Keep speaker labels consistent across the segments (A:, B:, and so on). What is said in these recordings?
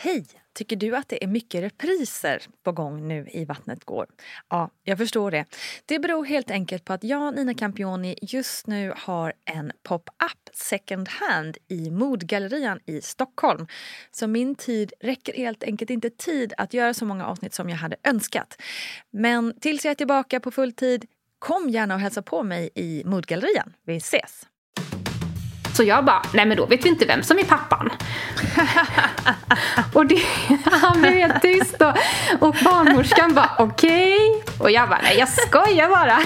A: Hej! Tycker du att det är mycket repriser på gång nu i Vattnet går? Ja, jag förstår det. Det beror helt enkelt på att jag, Nina Campioni, just nu har en pop-up second hand i Modgallerian i Stockholm. Så min tid räcker helt enkelt inte tid att göra så många avsnitt som jag hade önskat. Men tills jag är tillbaka på full tid, kom gärna och hälsa på mig i Modgallerian. Vi ses!
B: Så jag bara, nej men då vet vi inte vem som är pappan. Och han blev helt tyst och barnmorskan bara, okej. Och jag bara, nej jag skojar bara.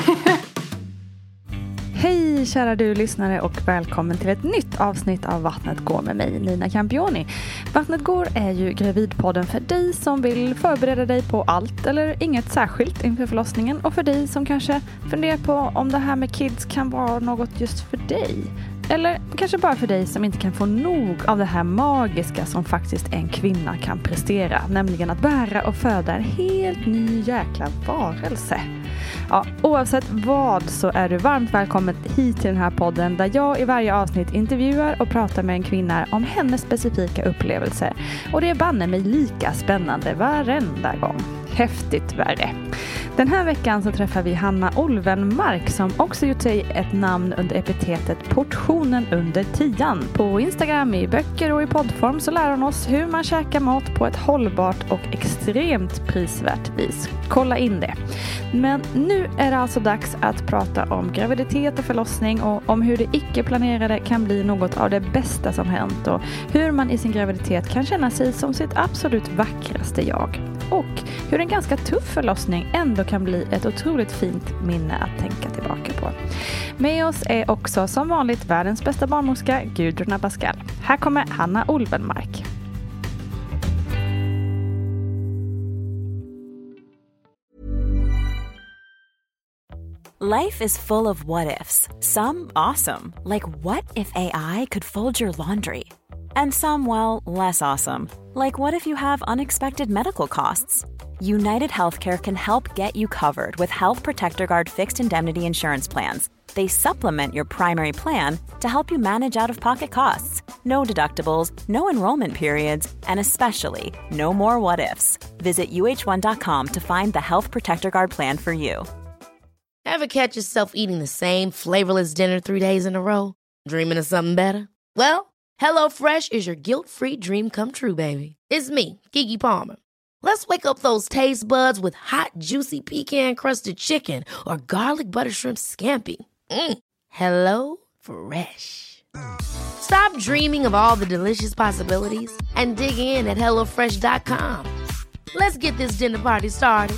A: Hej kära du lyssnare och välkommen till ett nytt avsnitt av Vattnet går med mig, Nina Campioni. Vattnet går är ju gravidpodden för dig som vill förbereda dig på allt eller inget särskilt inför förlossningen. Och för dig som kanske funderar på om det här med kids kan vara något just för dig. Eller kanske bara för dig som inte kan få nog av det här magiska som faktiskt en kvinna kan prestera. Nämligen att bära och föda en helt ny jäkla varelse. Ja, oavsett vad så är du varmt välkommen hit till den här podden där jag i varje avsnitt intervjuar och pratar med en kvinna om hennes specifika upplevelser. Och det är banne mig lika spännande varenda gång. Häftigt värre. Den här veckan så träffar vi Hanna Olvenmark som också gjort sig ett namn under epitetet Portionen under 10. På Instagram, i böcker och i poddform så lär hon oss hur man käkar mat på ett hållbart och extremt prisvärt vis. Kolla in det. Men nu är det alltså dags att prata om graviditet och förlossning och om hur det icke-planerade kan bli något av det bästa som hänt och hur man i sin graviditet kan känna sig som sitt absolut vackraste jag. Och hur en ganska tuff förlossning ändå kan bli ett otroligt fint minne att tänka tillbaka på. Med oss är också som vanligt världens bästa barnmorska Gudrun Abascal. Här kommer Hanna Olvenmark.
C: Life is full of what-ifs. Some awesome, like what if AI could fold your laundry? And some, well, less awesome, like what if you have unexpected medical costs? United Healthcare can help get you covered with Health Protector Guard fixed indemnity insurance plans. They supplement your primary plan to help you manage out-of-pocket costs. No deductibles, no enrollment periods, and especially no more what-ifs. Visit uh1.com to find the Health Protector Guard plan for you.
D: Ever catch yourself eating the same flavorless dinner 3 days in a row? Dreaming of something better? Well, HelloFresh is your guilt-free dream come true, baby. It's me, Keke Palmer. Let's wake up those taste buds with hot, juicy pecan-crusted chicken or garlic butter shrimp scampi. Hello Fresh. Stop dreaming of all the delicious possibilities and dig in at HelloFresh.com. Let's get this dinner party started.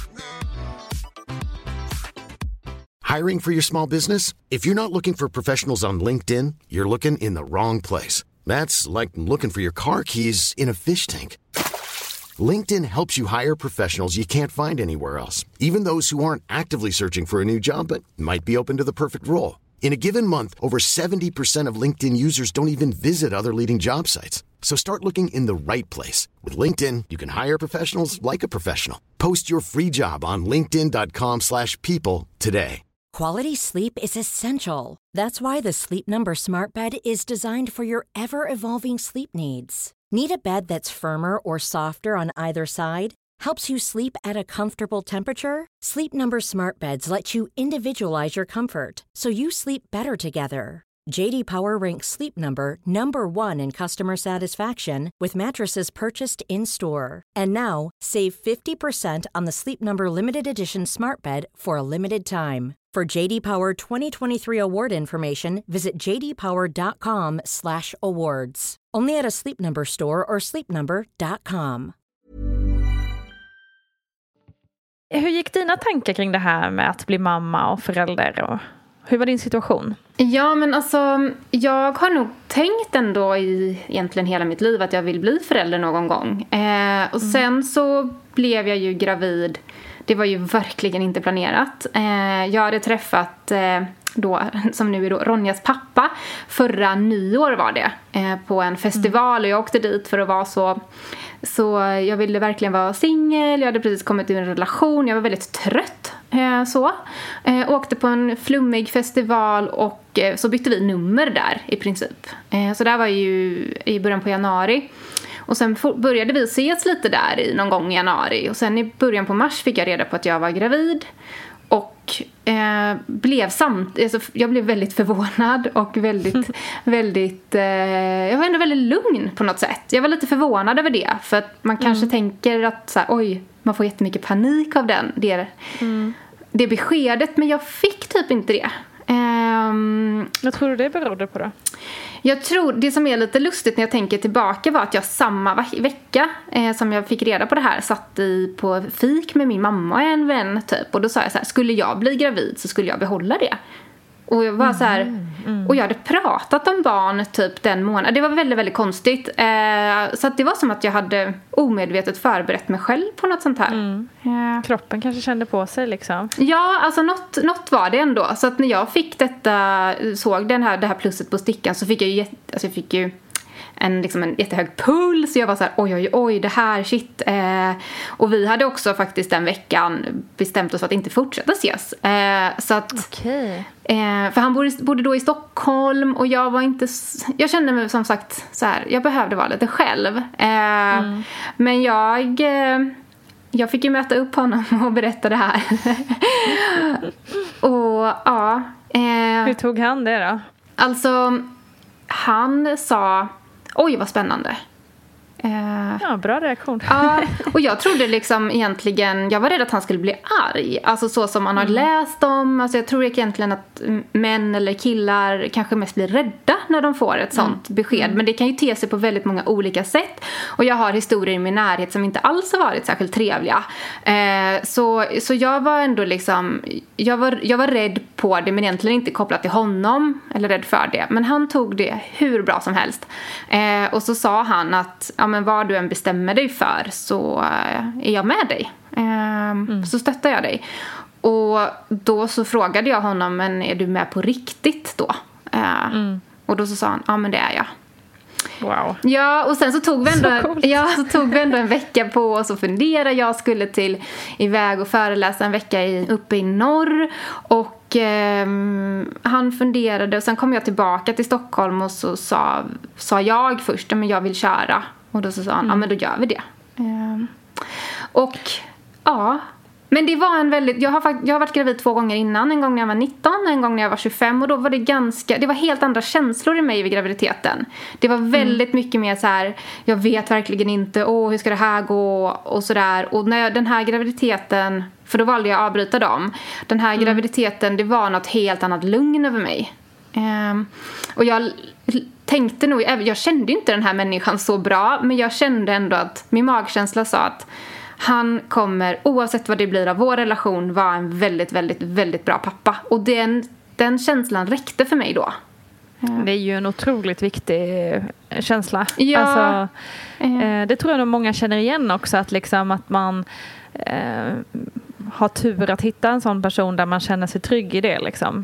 E: Hiring for your small business? If you're not looking for professionals on LinkedIn, you're looking in the wrong place. That's like looking for your car keys in a fish tank. LinkedIn helps you hire professionals you can't find anywhere else, even those who aren't actively searching for a new job but might be open to the perfect role. In a given month, over 70% of LinkedIn users don't even visit other leading job sites. So start looking in the right place. With LinkedIn, you can hire professionals like a professional. Post your free job on linkedin.com/people today.
F: Quality sleep is essential. That's why the Sleep Number Smart Bed is designed for your ever-evolving sleep needs. Need a bed that's firmer or softer on either side? Helps you sleep at a comfortable temperature? Sleep Number Smart Beds let you individualize your comfort, so you sleep better together. J.D. Power ranks Sleep Number #1 in customer satisfaction with mattresses purchased in-store. And now, save 50% on the Sleep Number Limited Edition Smart Bed for a limited time. For J.D. Power 2023 award information, visit jdpower.com/awards. Only at a Sleep Number store or sleepnumber.com.
A: Hur gick dina tankar kring det här med att bli mamma och förälder? Och hur var din situation?
B: Ja, men alltså, jag har nog tänkt ändå i egentligen hela mitt liv att jag vill bli förälder någon gång. Och sen så blev jag ju gravid. Det var ju verkligen inte planerat. Jag hade träffat då, som nu är då Ronjas pappa, förra nyår var det, på en festival. Och jag åkte dit för att vara så jag ville verkligen vara singel. Jag hade precis kommit ur en relation. Jag var väldigt trött. Åkte på en flummig festival och så bytte vi nummer där i princip. Så där var ju i början på januari. Och sen började vi ses lite där i någon gång i januari. Och sen i början på mars fick jag reda på att jag var gravid. Och jag blev väldigt förvånad och väldigt jag var ändå väldigt lugn på något sätt. Jag var lite förvånad över det. För att man kanske tänker att så här, oj, man får jättemycket panik av det beskedet. Men jag fick typ inte det.
A: Vad tror du det berodde på då?
B: Jag tror, det som är lite lustigt när jag tänker tillbaka var att jag samma vecka som jag fick reda på det här satt på fik med min mamma och en vän typ. Och då sa jag så här, skulle jag bli gravid så skulle jag behålla det. Och jag var så här, och jag hade pratat om barn typ den månaden. Det var väldigt, väldigt konstigt. Så att det var som att jag hade omedvetet förberett mig själv på något sånt här.
A: Kroppen kanske kände på sig liksom.
B: Ja, alltså något var det ändå. Så att när jag fick såg det här plusset på stickan så fick jag fick ju en jättehög puls. Så jag var så här, oj, det här, shit. Och vi hade också faktiskt den veckan bestämt oss för att inte fortsätta ses. Så att,
A: okej.
B: För han bodde då i Stockholm och jag kände mig som sagt så här, jag behövde vara lite själv. Men jag fick ju möta upp honom och berätta det här. Och ja.
A: Hur tog han det då?
B: Alltså, han sa, oj vad spännande.
A: Ja, bra reaktion.
B: Ja, och jag trodde egentligen, jag var rädd att han skulle bli arg. Alltså så som man har läst om. Alltså jag tror egentligen att män eller killar kanske mest blir rädda när de får ett sånt besked. Men det kan ju te sig på väldigt många olika sätt. Och jag har historier i min närhet som inte alls har varit särskilt trevliga. Så jag var ändå jag var rädd på det, men egentligen inte kopplat till honom. Eller rädd för det. Men han tog det hur bra som helst. Och så sa han att men vad du än bestämmer dig för så är jag med dig. Så stöttar jag dig. Och då så frågade jag honom, men är du med på riktigt då? Och då så sa han, ja men det är jag.
A: Wow.
B: Ja, och sen så tog vi ändå en vecka på oss och fundera. Jag skulle iväg och föreläsa en vecka uppe i norr. Och han funderade och sen kom jag tillbaka till Stockholm och så sa jag först, men jag vill köra. Och då så sa han, ja men då gör vi det. Och ja, men det var jag har varit gravid 2 gånger innan. En gång när jag var 19, en gång när jag var 25. Och då var det var helt andra känslor i mig vid graviditeten. Det var väldigt mycket mer så här, jag vet verkligen inte, hur ska det här gå? Och sådär. Och när den här graviditeten, för då valde jag att avbryta dem. Den här graviditeten, det var något helt annat lugn över mig. Och jag tänkte nog, jag kände inte den här människan så bra, men jag kände ändå att min magkänsla sa att han kommer, oavsett vad det blir av vår relation, vara en väldigt, väldigt, väldigt bra pappa. Och den känslan räckte för mig då.
A: Det är ju en otroligt viktig känsla.
B: Ja.
A: Alltså, det tror jag nog många känner igen också, att man har tur att hitta en sån person där man känner sig trygg i det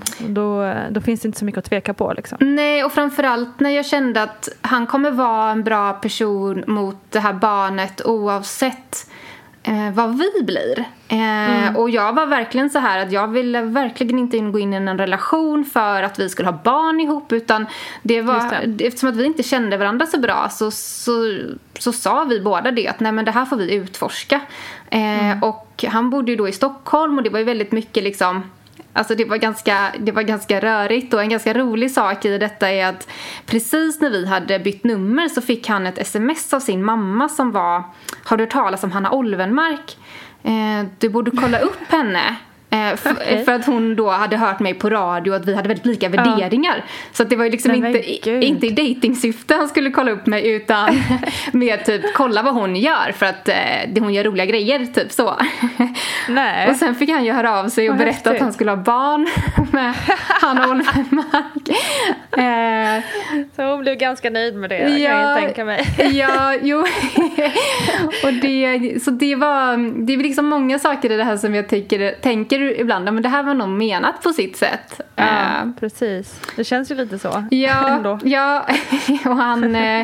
A: Då finns det inte så mycket att tveka på
B: Nej, och framförallt när jag kände att han kommer vara en bra person mot det här barnet oavsett vad vi blir. Och jag var verkligen så här att jag ville verkligen inte gå in i en relation för att vi skulle ha barn ihop, utan det var, eftersom att vi inte kände varandra så bra så sa vi båda det att nej, men det här får vi utforska. Och han bodde ju då i Stockholm och det var ju väldigt mycket alltså det var ganska rörigt, och en ganska rolig sak i detta är att precis när vi hade bytt nummer så fick han ett sms av sin mamma som var, har du hört talas om Hanna Olvenmark? Du borde kolla upp henne. För att hon då hade hört mig på radio att vi hade väldigt lika värderingar. Så att det var ju inte i datingsyfte han skulle kolla upp mig, utan med typ kolla vad hon gör, för att hon gör roliga grejer typ så.
A: Nej.
B: Och sen fick han ju höra av sig och berätta att han skulle ha barn med Hanna Olvenmark.
A: Så hon blev ganska nöjd med det, kan jag tänka mig.
B: Ja, jo. Och det är många saker i det här som jag tänker ibland, men det här var nog menat på sitt sätt.
A: Ja, precis. Det känns ju lite så.
B: Ja, ja. Och han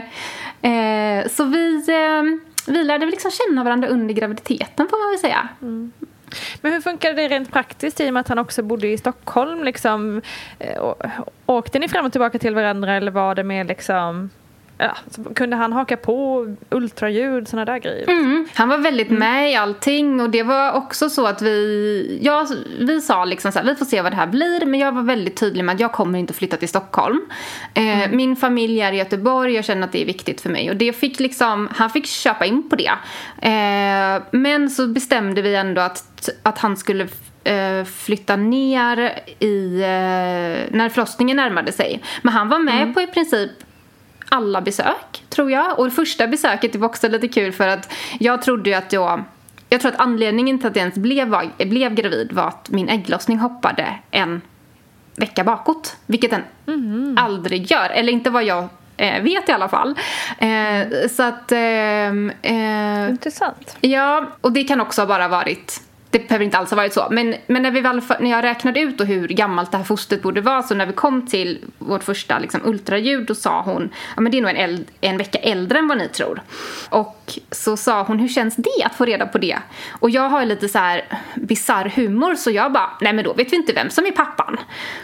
B: så vi lärde känna varandra under graviditeten, får man väl säga.
A: Men hur funkade det rent praktiskt i och med att han också bodde i Stockholm? Åkte ni fram och tillbaka till varandra, eller var det mer kunde han haka på ultraljud, såna där grejer?
B: Han var väldigt med i allting, och det var också så att vi sa liksom så här, vi får se vad det här blir, men jag var väldigt tydlig med att jag kommer inte flytta till Stockholm. Min familj är i Göteborg, jag känner att det är viktigt för mig, och det fick liksom, han fick köpa in på det. Men så bestämde vi ändå att han skulle flytta ner när förlossningen närmade sig. Men han var med på i princip alla besök, tror jag. Och det första besöket var också lite kul, för att jag trodde att jag tror att anledningen till att jag ens blev gravid var att min ägglossning hoppade en vecka bakåt, vilket den aldrig gör, eller inte vad jag vet i alla fall. Så att
A: intressant.
B: Ja, och det kan också bara varit, det behöver inte alls ha varit så. Men när jag räknade ut då hur gammalt det här fostret borde vara, så när vi kom till vårt första liksom, ultraljud, då sa hon, ja men det är nog en vecka äldre än vad ni tror. Och så sa hon, hur känns det att få reda på det? Och jag har lite så här bizarr humor, så jag bara, nej men då vet vi inte vem som är pappan.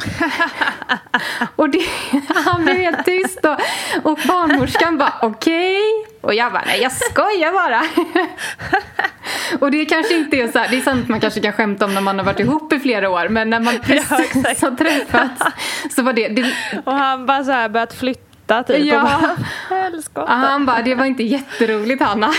B: Och han blev helt tyst och barnmorskan bara, okej. Och jag bara, nej jag skojar bara. Och det kanske inte är så här, det är sant att man kanske kan skämta om när man har varit ihop i flera år, men när man precis har träffats så var det.
A: Och han bara så här börjat flytta typ.
B: Ja.
A: Och
B: han bara, det var inte jätteroligt, Hanna.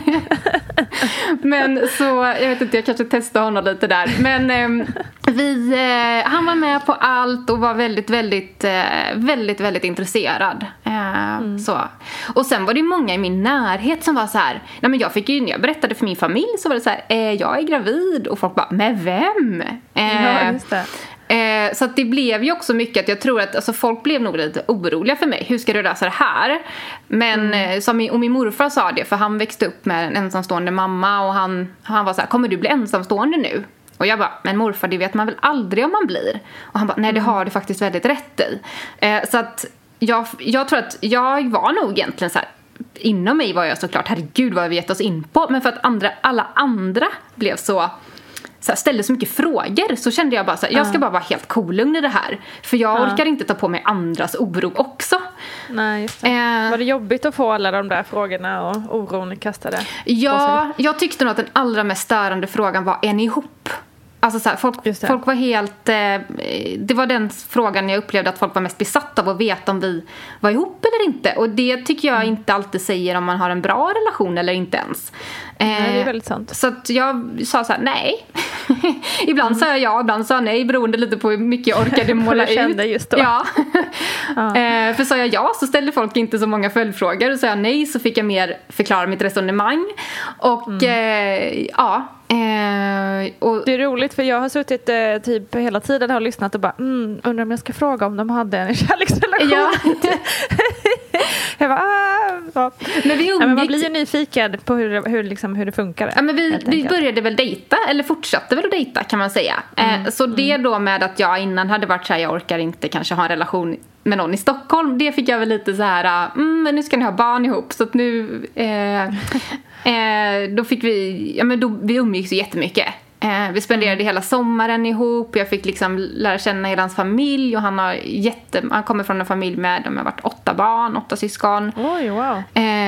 B: Men så, jag vet inte, jag kanske testade honom lite där. Men han var med på allt och var väldigt, väldigt, väldigt, väldigt intresserad. Så. Och sen var det många i min närhet som var så här, nej men när jag berättade för min familj så var det så här, jag är gravid. Och folk bara, med vem?
A: Ja, just det.
B: Så att det blev ju också mycket att jag tror att alltså, folk blev nog lite oroliga för mig. Hur ska du lösa det här? Men och min morfar sa det, för han växte upp med en ensamstående mamma, och han var så här, kommer du bli ensamstående nu? Och jag bara, men morfar, det vet man väl aldrig om man blir. Och han bara, nej det har du faktiskt väldigt rätt i. Så att jag tror att jag var nog egentligen så här, inom mig var jag såklart, herregud vad vi gett oss in på. Men för att alla andra blev så ställde så mycket frågor, så kände jag bara så här, jag ska bara vara helt kolugn i det här, för jag orkar inte ta på mig andras oro också.
A: Nej, just det. Var det jobbigt att få alla de där frågorna och oron kastade?
B: Ja, jag tyckte nog att den allra mest störande frågan var, är ni ihop? Alltså så här, folk var helt det var den frågan jag upplevde att folk var mest besatta av, att veta om vi var ihop eller inte. Och det tycker jag inte alltid säger om man har en bra relation eller inte ens.
A: Nej, det är väldigt sant.
B: Så att jag sa så här, nej. Ibland sa jag ja, ibland sa jag nej, beroende lite på hur mycket jag orkade måla ut.
A: Kände just då.
B: Ja. För sa jag ja så ställde folk inte så många följdfrågor, och sa jag nej så fick jag mer förklara mitt resonemang. Och och
A: det är roligt, för jag har suttit typ hela tiden och lyssnat och bara undrar om jag ska fråga om de hade en kärleksrelation. Ja. Jag bara, men man blir ju nyfiken på hur det funkar.
B: Ja, men vi började väl dejta, eller fortsatte väl att dejta kan man säga. Så det då med att jag innan hade varit så här, jag orkar inte kanske ha en relation med någon i Stockholm, det fick jag väl lite så här, men nu ska ni ha barn ihop, så att nu då fick vi, vi umgicks ju jättemycket. Vi spenderade hela sommaren ihop. Jag fick liksom lära känna hela hans familj. Och han kommer från en familj med, de har varit 8 syskon.
A: Oj, wow.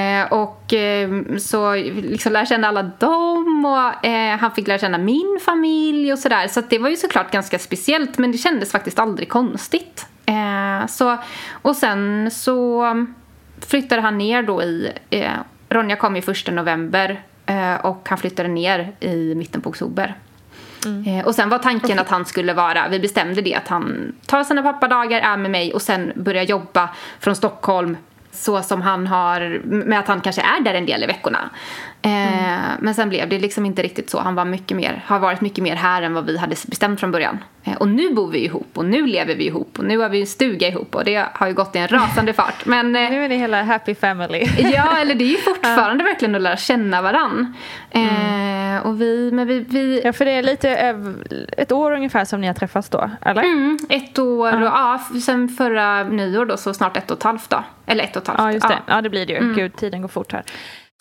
B: Så liksom lära känna alla dem. Och han fick lära känna min familj och sådär. Så att det var ju såklart ganska speciellt. Men det kändes faktiskt aldrig konstigt. Och sen så flyttade han ner då Ronja kom i 1 november. Och han flyttade ner i mitten på oktober. Och sen var tanken att han skulle vi bestämde det, att han tar sina pappadagar, är med mig och sen börjar jobba från Stockholm, så som han har, med att han kanske är där en del i veckorna. Men sen blev det liksom inte riktigt så. Han har varit mycket mer här än vad vi hade bestämt från början. Och nu bor vi ihop, och nu lever vi ihop, och nu har vi en stuga ihop, och det har ju gått i en rasande fart. Men
A: nu är det hela happy family.
B: Ja, eller det är ju fortfarande verkligen att lära känna varann. Och
A: ja, för det är lite ett år ungefär som ni har träffats då, eller?
B: 1 år, och sen förra nyår då, så snart 1,5 då. Eller 1,5.
A: Ja, just det. Ja, det blir det ju. Gud, tiden går fort här.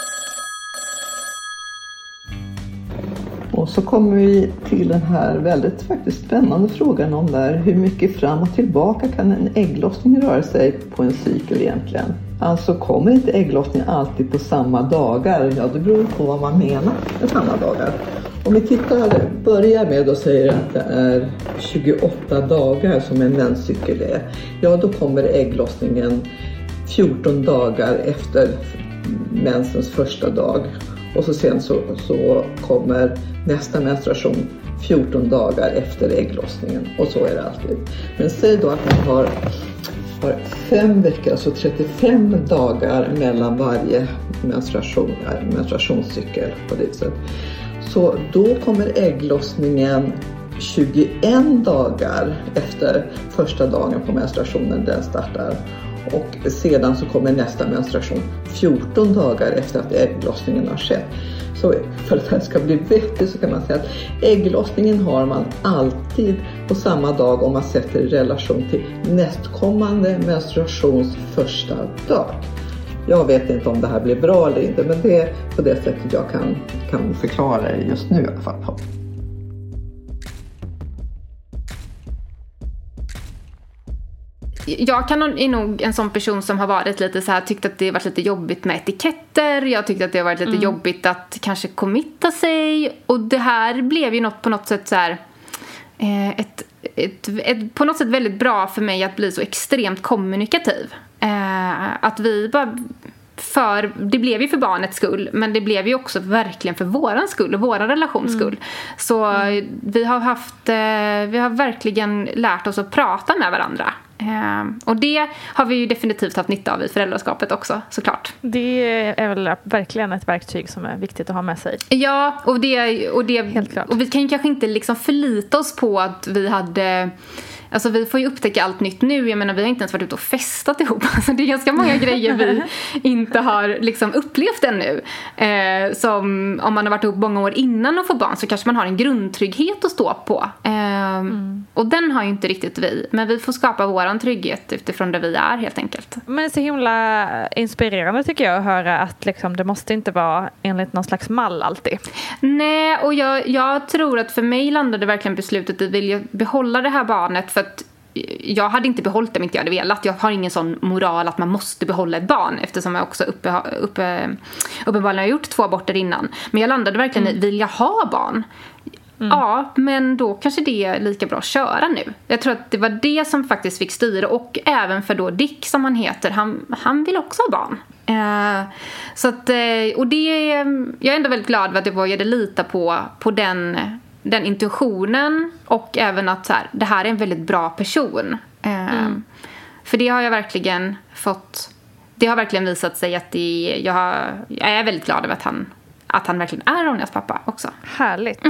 G: Och så kommer vi till den här väldigt faktiskt spännande frågan om hur mycket fram och tillbaka kan en ägglossning röra sig på en cykel egentligen? Alltså kommer inte ägglossningen alltid på samma dagar? Ja, det beror på vad man menar med samma dagar. Om vi börjar med och säger att det är 28 dagar som en menscykel är. Ja, då kommer ägglossningen 14 dagar efter mensens första dag. Och sen så kommer nästa menstruation 14 dagar efter ägglossningen. Och så är det alltid. Men säg då att man har 5 veckor, alltså 35 dagar mellan varje menstruationscykel på det sättet. Så då kommer ägglossningen 21 dagar efter första dagen på menstruationen den startar. Och sedan så kommer nästa menstruation 14 dagar efter att ägglossningen har skett. Så för att det ska bli vettigt så kan man säga att ägglossningen har man alltid på samma dag om man sätter i relation till nästkommande menstruations första dag. Jag vet inte om det här blir bra eller inte, men det är på det sättet jag kan förklara det just nu i alla fall.
B: Jag är nog en sån person som har varit lite så här, tyckt att det har varit lite jobbigt med etiketter. Jag tyckte att det har varit lite jobbigt att kanske committa sig. Och det här blev ju på något sätt så här, på något sätt väldigt bra för mig att bli så extremt kommunikativ. Att vi bara... det blev ju för barnets skull, men det blev ju också verkligen för våran skull och våran relations skull. Så vi har verkligen lärt oss att prata med varandra. Och det har vi ju definitivt haft nytta av i föräldraskapet också, såklart.
A: Det är väl verkligen ett verktyg som är viktigt att ha med sig.
B: Ja, och det
A: helt klart.
B: Och vi kan ju kanske inte liksom förlita oss på att vi hade... Alltså vi får ju upptäcka allt nytt nu. Jag menar, vi har inte ens varit ute och festat ihop. Alltså det är ganska många grejer vi inte har liksom upplevt ännu. Som om man har varit ihop många år innan och får barn så kanske man har en grundtrygghet att stå på. Och den har ju inte riktigt vi. Men vi får skapa våran trygghet utifrån där vi är helt enkelt.
A: Men det är så himla inspirerande tycker jag att höra att liksom, det måste inte vara enligt någon slags mall alltid.
B: Nej, och jag tror att för mig landade verkligen beslutet att vilja behålla det här barnet för att jag hade inte behållit det om inte jag hade velat. Jag har ingen sån moral att man måste behålla ett barn eftersom jag också uppenbarligen har gjort 2 aborter innan. Men jag landade verkligen i vilja ha barn. Ja, men då kanske det är lika bra att köra nu. Jag tror att det var det som faktiskt fick styra. Och även för då Dick som han heter, han vill också ha barn. Så att, och det, jag är ändå väldigt glad för att jag vågade lita på den intuitionen. Och även att så här, det här är en väldigt bra person. För det har jag verkligen fått. Det har verkligen visat sig att jag är väldigt glad över att han verkligen är Ronjas pappa också.
A: Härligt.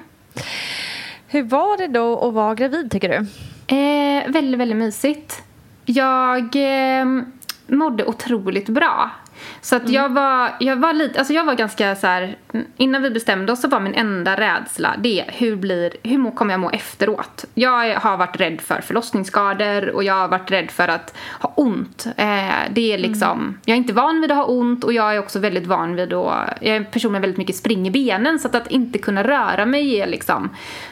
A: Hur var det då att vara gravid tycker du?
B: Väldigt, väldigt mysigt. Jag mådde otroligt bra. Så att jag var lite, alltså jag var ganska så här, innan vi bestämde oss så var min enda rädsla det hur kommer jag må efteråt. Jag har varit rädd för förlossningsskador och jag har varit rädd för att ha ont. Det är liksom, jag är inte van vid att ha ont och jag är också väldigt van vid jag är en person med väldigt mycket spring i benen så att inte kunna röra mig är liksom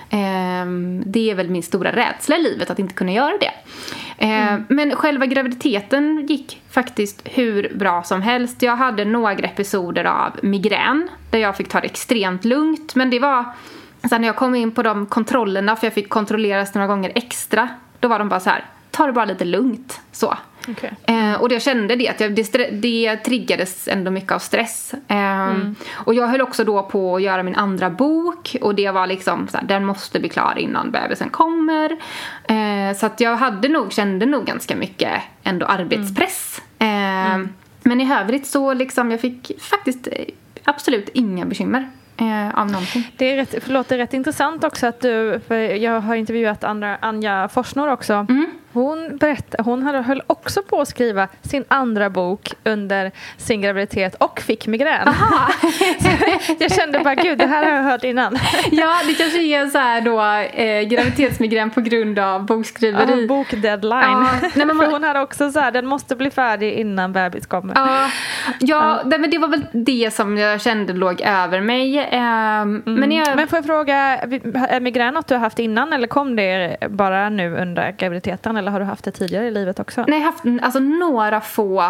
B: det är väl min stora rädsla i livet att inte kunna göra det. Men själva graviditeten gick faktiskt hur bra som helst. Jag hade några episoder av migrän där jag fick ta det extremt lugnt. Men det var sen när jag kom in på de kontrollerna för jag fick kontrolleras några gånger extra. Då var de bara så här, ta det bara lite lugnt. Så.
A: Okay.
B: Och jag kände det att det triggades ändå mycket av stress. Och jag höll också då på att göra min andra bok. Och det var liksom så här, den måste bli klar innan bebisen kommer. Så att jag kände nog ganska mycket ändå arbetspress. Men i övrigt så liksom jag fick faktiskt absolut inga bekymmer av någonting.
A: Det låter rätt intressant också att för jag har intervjuat Anja Forsnor också. Hon höll också på att skriva sin andra bok under sin graviditet och fick migrän. Jag kände bara, gud, det här har jag hört innan.
B: Ja, det kanske är så här då graviditetsmigrän på grund av bokskriveri.
A: Ja, bokdeadline. För hon hade också så här, den måste bli färdig innan bebis kommer.
B: Men det var väl det som jag kände låg över mig. Men
A: får jag fråga, är migrän något du har haft innan eller kom det bara nu under graviditeten? Eller har du haft det tidigare i livet också?
B: Nej, jag har haft några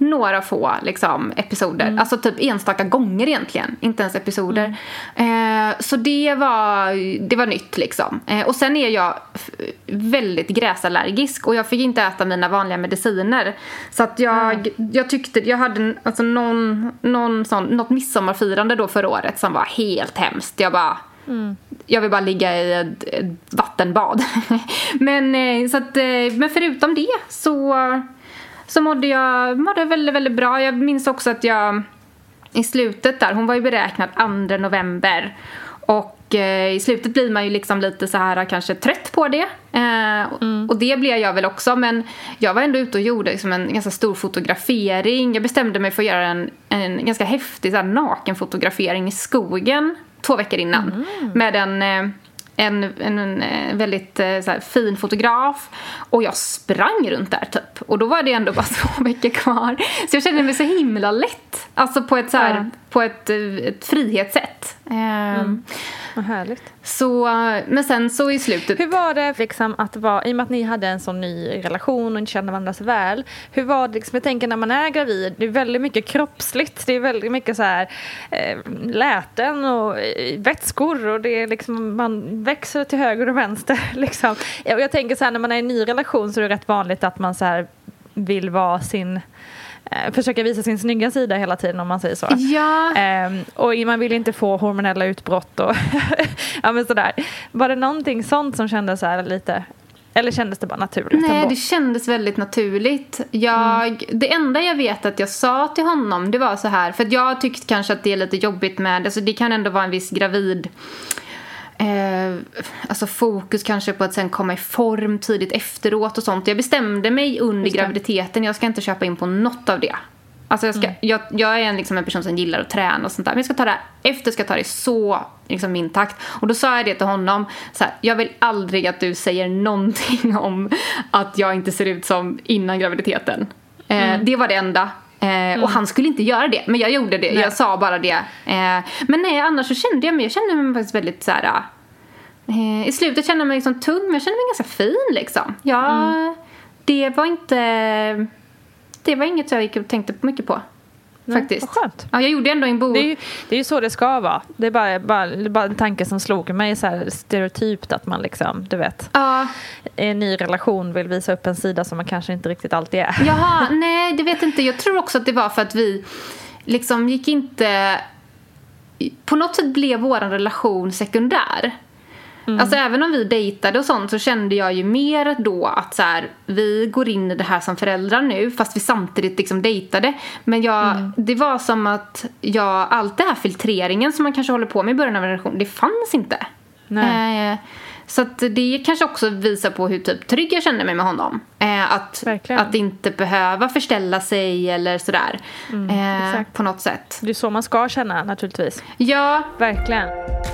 B: några få liksom, episoder. Alltså typ enstaka gånger egentligen. Inte ens episoder. Så det var nytt liksom. Och sen är jag väldigt gräsallergisk. Och jag fick inte äta mina vanliga mediciner. Så att jag tyckte... Jag hade alltså något midsommarfirande då förra året som var helt hemskt. Jag vill bara ligga i ett vattenbad. Men förutom det så mådde jag väldigt, väldigt bra. Jag minns också att jag i slutet där, hon var ju beräknad 2 november. Och i slutet blir man ju liksom lite så här kanske trött på det. Och det blev jag väl också. Men jag var ändå ute och gjorde liksom en ganska stor fotografering. Jag bestämde mig för att göra en ganska häftig så här nakenfotografering i skogen 2 veckor innan. Med en väldigt så här, fin fotograf. Och jag sprang runt där typ. Och då var det ändå bara 2 veckor kvar. Så jag kände mig så himla lätt. Alltså på ett så här, på ett frihetssätt.
A: Vad härligt.
B: Så, men sen så i slutet...
A: Hur var det liksom att vara, i och med att ni hade en sån ny relation och inte kände varandra så väl, hur var det liksom, jag tänker när man är gravid, det är väldigt mycket kroppsligt, det är väldigt mycket så här läten och vätskor och det är liksom, man växer till höger och vänster liksom. Och jag tänker så här, när man är i en ny relation så är det rätt vanligt att man så här vill vara försöka visa sin snygga sida hela tiden, om man säger så.
B: Ja.
A: Och man vill inte få hormonella utbrott och ja, men sådär. Var det någonting sånt som kändes så här lite, eller kändes det bara naturligt?
B: Nej,
A: ändå?
B: det kändes väldigt naturligt. Det enda jag vet att jag sa till honom, det var så här, för att jag tyckte kanske att det är lite jobbigt med, alltså det kan ändå vara en viss gravid alltså fokus kanske på att sen komma i form tidigt efteråt och sånt. Jag bestämde mig under graviditeten, jag ska inte köpa in på något av det. Alltså jag är liksom en person som gillar att träna och sånt där. Men jag ska ta det efter, ska ta det så liksom min takt. Och då sa jag det till honom så här, jag vill aldrig att du säger någonting om att jag inte ser ut som innan graviditeten. Det var det enda. Och han skulle inte göra det, men jag gjorde det. Nej. Jag sa bara det. Men nej, annars så kände jag mig faktiskt väldigt så här. I slutet kände jag mig liksom tung, men jag kände mig ganska fin liksom. Det var inget jag gick och tänkte mycket på. Nej, faktiskt. Vad skönt. Ja, jag gjorde ändå en bok.
A: Det är ju så det ska vara. Det är bara en tanke som slog mig så här stereotypt att man liksom, du vet. I en ny relation vill visa upp en sida som man kanske inte riktigt alltid är.
B: Jaha, nej, det vet inte. Jag tror också att det var för att vi liksom gick inte... På något sätt blev vår relation sekundär. Alltså även om vi dejtade och sånt så kände jag ju mer då att så här, vi går in i det här som föräldrar nu fast vi samtidigt liksom dejtade. Men det var som att allt det här filtreringen som man kanske håller på med i början av en relation, det fanns inte. Så att det kanske också visar på hur typ trygg jag kände mig med honom. Att inte behöva förställa sig eller sådär. På något sätt.
A: Det är så man ska känna naturligtvis.
B: Ja.
A: Verkligen.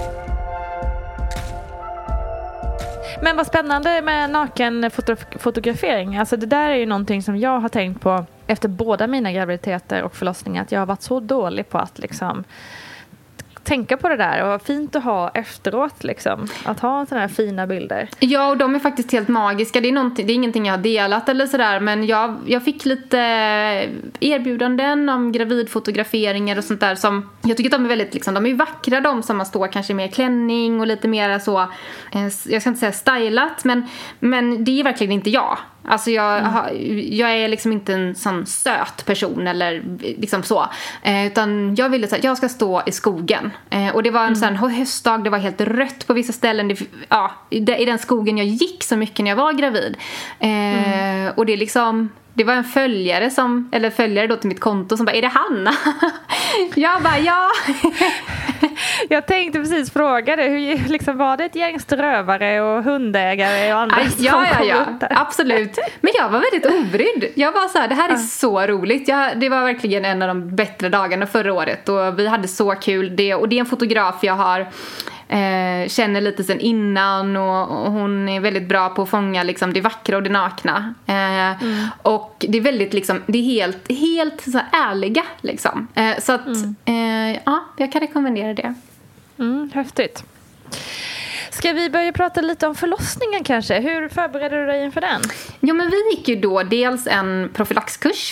A: Men vad spännande med nakenfotografering. Alltså det där är ju någonting som jag har tänkt på efter båda mina graviditeter och förlossningar. Att jag har varit så dålig på att liksom tänka på det där. Och fint att ha efteråt liksom. Att ha sådana här fina bilder.
B: Ja, och de är faktiskt helt magiska. Det är ingenting jag har delat eller sådär. Men jag fick lite erbjudanden om gravidfotograferingar och sånt där. Som jag tycker att de är väldigt liksom, de är vackra, de som man står kanske mer klänning och lite mer så, jag ska inte säga stylat. Men det är verkligen inte jag. Alltså jag är liksom inte en sån söt person eller liksom så. Utan jag ville att jag ska stå i skogen. Och det var en sån höstdag, det var helt rött på vissa ställen. I den skogen jag gick så mycket när jag var gravid. Och det liksom... Det var en följare då till mitt konto som bara, är det Hanna? Jag bara, ja.
A: Jag tänkte precis fråga dig, hur liksom, var det ett gäng rövare och hundägare och andra som kom upp där?
B: Absolut. Men jag var väldigt obrydd. Jag var så här, det här är så roligt. Det var verkligen en av de bättre dagarna förra året och vi hade så kul. Och det är en fotograf jag har känner lite sen innan och hon är väldigt bra på att fånga liksom det vackra och det nakna. Och det är väldigt liksom, det är helt så ärliga liksom. Så att ja, jag kan rekommendera det.
A: Häftigt. Ska vi börja prata lite om förlossningen kanske? Hur förbereder du dig inför den?
B: Jo, men vi gick ju då dels en profylaxkurs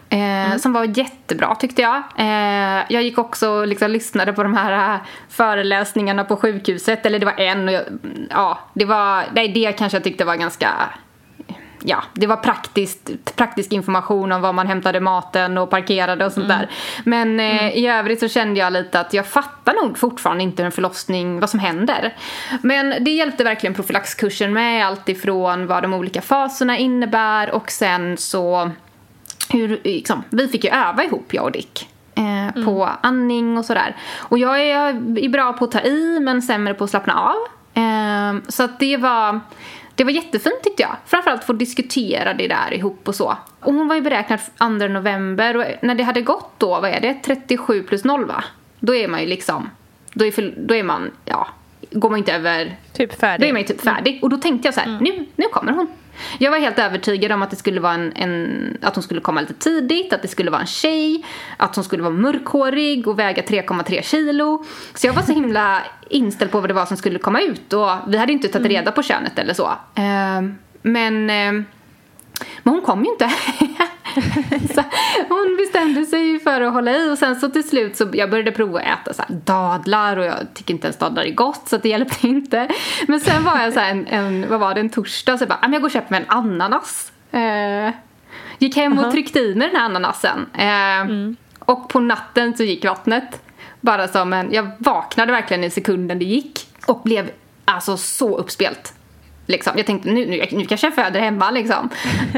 B: som var jättebra tyckte jag. Jag gick också och liksom lyssnade på de här föreläsningarna på sjukhuset. Eller det var en. Och det kanske jag tyckte var ganska... Ja, det var praktisk information om var man hämtade maten och parkerade och sånt där. Men i övrigt så kände jag lite att jag fattar nog fortfarande inte en förlossning, vad som händer. Men det hjälpte verkligen profylaxkursen med allt ifrån vad de olika faserna innebär och sen så vi fick ju öva ihop, jag och Dick. På andning och sådär. Och jag är bra på att ta i men sämre på att slappna av. Så att det var jättefint tyckte jag. Framförallt få diskutera det där ihop och så. Och hon var ju beräknad 2 november. Och när det hade gått då, vad är det? 37 plus 0 va? Då är man ju liksom... Då är man, går man inte över...
A: Typ färdig.
B: Då är man ju typ färdig. Och då tänkte jag så här, nu kommer hon. Jag var helt övertygad om att det skulle vara att hon skulle komma lite tidigt, att det skulle vara en tjej, att hon skulle vara mörkhårig och väga 3,3 kilo. Så jag var så himla inställd på vad det var som skulle komma ut och vi hade inte tagit reda på könet eller så. Men hon kom ju inte. Så hon bestämde sig för att hålla i och sen så till slut så jag började prova att äta så här dadlar och jag tycker inte ens dadlar är gott så det hjälpte inte. Men sen var jag så här vad var det, en torsdag så jag går och köper mig en ananas. Gick hem och tryckte i mig den här ananasen. Och på natten så gick vattnet bara som jag vaknade verkligen i sekunden det gick och blev alltså så uppspelt. Liksom. Jag tänkte nu kanske jag föder hemma liksom.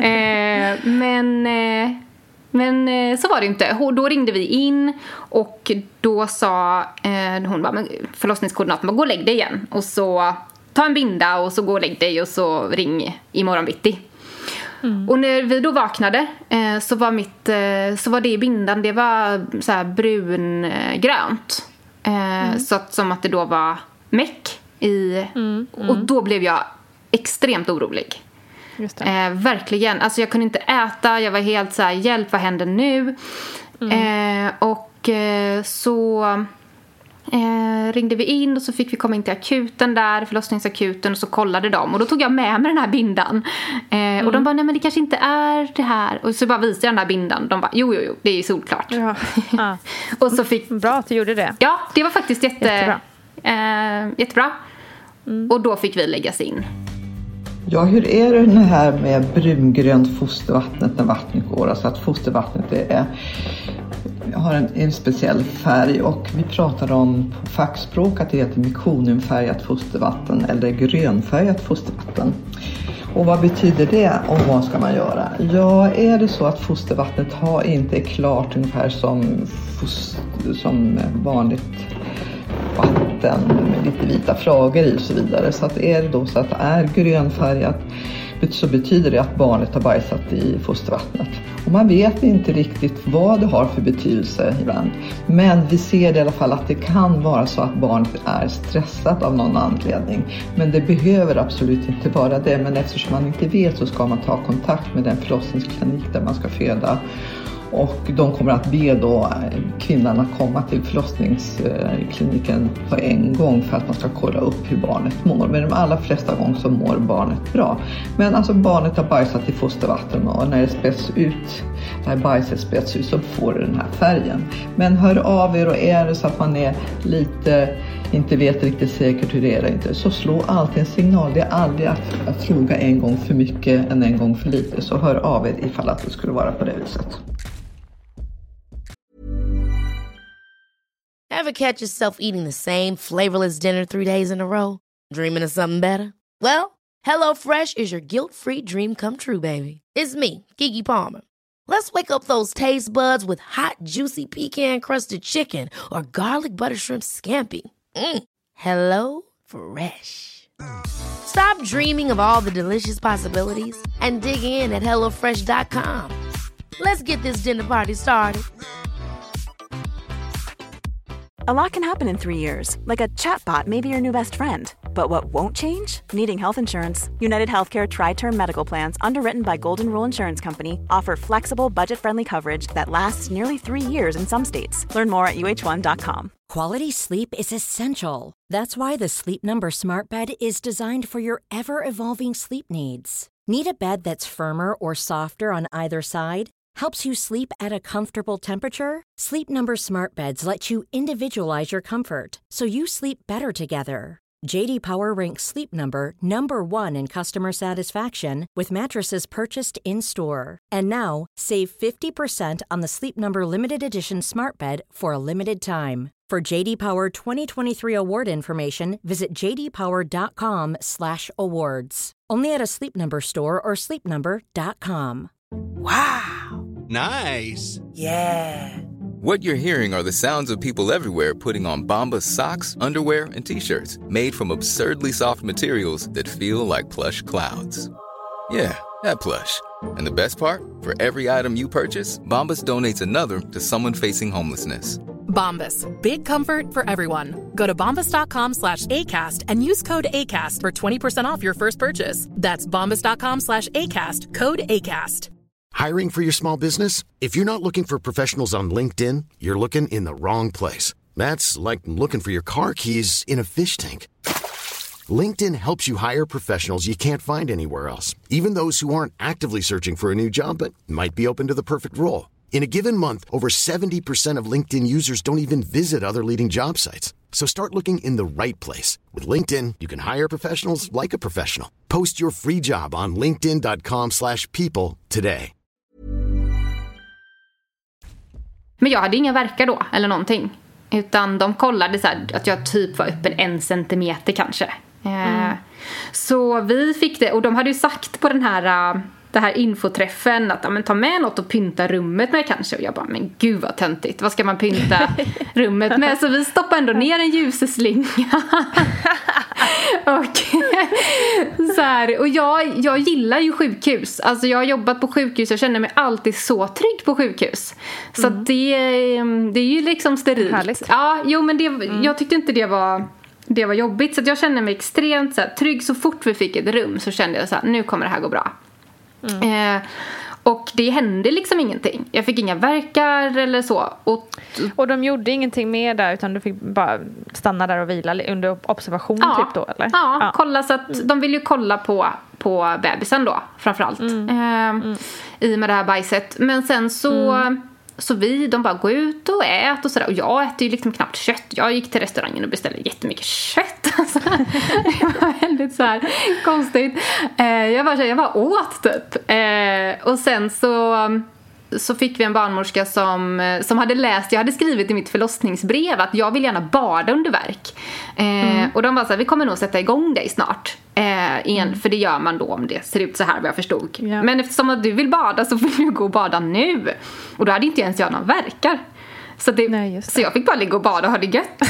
B: Men så var det inte. Då ringde vi in och då sa hon bara, men förlossningskoordinatorn bara, gå och lägg dig igen. Och så ta en binda och så gå och lägg dig och så ring imorgon bitti. Och när vi då vaknade så var det i bindan, det var så här brungrönt. Så att, som att det då var meck i. Och då blev jag extremt orolig. Just det. Verkligen. Alltså jag kunde inte äta. Jag var helt så här, hjälp, vad händer nu? Så ringde vi in och så fick vi komma in till akuten där, förlossningsakuten, och så kollade de. Och då tog jag med mig den här bindan. Och de bara, nej men det kanske inte är det här. Och så bara visade jag den här bindan. De bara, jo, det är ju solklart. Ja. Och så
A: Bra att du gjorde det.
B: Ja, det var faktiskt jättebra. Och då fick vi läggas in.
G: Ja, hur är det här med brungrönt fostervattnet när vattnet går? Alltså att fostervattnet har en speciell färg och vi pratar om på fackspråk att det heter mekoniumfärgat fostervatten eller grönfärgat fostervatten. Och vad betyder det och vad ska man göra? Ja, är det så att fostervattnet inte är klart ungefär som vanligt vatten med lite vita flagor i och så vidare. Så att är det då så att det är grönfärgat så betyder det att barnet har bajsat i fostervattnet. Och man vet inte riktigt vad det har för betydelse ibland. Men vi ser i alla fall att det kan vara så att barnet är stressat av någon anledning. Men det behöver absolut inte vara det. Men eftersom man inte vet så ska man ta kontakt med den förlossningsklinik där man ska föda. Och de kommer att be då kvinnan att komma till förlossningskliniken på en gång för att man ska kolla upp hur barnet mår. Men de allra flesta gånger så mår barnet bra. Men alltså barnet har bajsat i fostervatten och när det späds ut, när bajset späds ut så får det den här färgen. Men hör av er och är det så att man är lite, inte vet riktigt säkert hur det är inte, så slå alltid en signal. Det är aldrig att fråga en gång för mycket än en gång för lite. Så hör av er ifall att det skulle vara på det viset.
D: Ever catch yourself eating the same flavorless dinner 3 days in a row? Dreaming of something better? Well, HelloFresh is your guilt-free dream come true, baby. It's me, Keke Palmer. Let's wake up those taste buds with hot, juicy pecan-crusted chicken or garlic butter shrimp scampi. Hello Fresh. Stop dreaming of all the delicious possibilities and dig in at HelloFresh.com. Let's get this dinner party started.
H: A lot can happen in 3 years, like a chatbot may be your new best friend. But what won't change? Needing health insurance. United Healthcare Tri-Term Medical Plans, underwritten by Golden Rule Insurance Company, offer flexible, budget-friendly coverage that lasts nearly 3 years in some states. Learn more at uh1.com.
F: Quality sleep is essential. That's why the Sleep Number Smart Bed is designed for your ever-evolving sleep needs. Need a bed that's firmer or softer on either side? helps you sleep at a comfortable temperature. Sleep Number Smart Beds let you individualize your comfort so you sleep better together. J.D. Power ranks Sleep Number #1 in customer satisfaction with mattresses purchased in-store. And now, save 50% on the Sleep Number Limited Edition Smart Bed for a limited time. For J.D. Power 2023 award information, visit jdpower.com/awards. Only at a Sleep Number store or sleepnumber.com.
I: Wow.
J: Nice.
I: Yeah.
K: What you're hearing are the sounds of people everywhere putting on Bombas socks, underwear, and T-shirts made from absurdly soft materials that feel like plush clouds. Yeah, that plush. And the best part? For every item you purchase, Bombas donates another to someone facing homelessness.
L: Bombas. Big comfort for everyone. Go to bombas.com/ACAST and use code ACAST for 20% off your first purchase. That's bombas.com/ACAST. Code ACAST.
E: Hiring for your small business? If you're not looking for professionals on LinkedIn, you're looking in the wrong place. That's like looking for your car keys in a fish tank. LinkedIn helps you hire professionals you can't find anywhere else, even those who aren't actively searching for a new job but might be open to the perfect role. In a given month, over 70% of LinkedIn users don't even visit other leading job sites. So start looking in the right place. With LinkedIn, you can hire professionals like a professional. Post your free job on linkedin.com/people today.
B: Men jag hade inga verkar då, eller någonting. Utan de kollade så här, att jag typ var öppen 1 centimeter kanske. Så vi fick det, och de hade ju sagt på det här infoträffen att men, ta med något och pynta rummet med kanske. Och jag bara, men gud vad töntigt. Vad ska man pynta rummet med? Så vi stoppade ändå ner en ljuseslinga. Och så här, och jag gillar ju sjukhus. Alltså jag har jobbat på sjukhus. Jag känner mig alltid så trygg på sjukhus. Så att det är ju liksom sterilt.
A: Härligt.
B: Ja, jo men jag tyckte inte det var jobbigt. Så att jag kände mig extremt så här, trygg. Så fort vi fick ett rum så kände jag så här, nu kommer det här gå bra. Och det hände liksom ingenting. Jag fick inga verkar eller så.
A: Och de gjorde ingenting mer där, utan du fick bara stanna där och vila under observation typ då, eller?
B: Ja, kolla så att de vill ju kolla på bebisen då framförallt. I med det här bajset. Men sen så de bara gå ut och ät och sådär. Och jag äter ju liksom knappt kött. Jag gick till restaurangen och beställde jättemycket kött. Alltså, det var väldigt så här konstigt. Jag bara åt typ. Och sen så fick vi en barnmorska som hade läst. Jag hade skrivit i mitt förlossningsbrev att jag vill gärna bada under värk. Och de var så här, vi kommer nog sätta igång dig snart. För det gör man då om det ser ut så här, vad jag förstod. Ja. Men eftersom att du vill bada så får du gå och bada nu. Och då hade inte ens jag någon verkar. Så jag fick bara ligga och bada och ha det gött.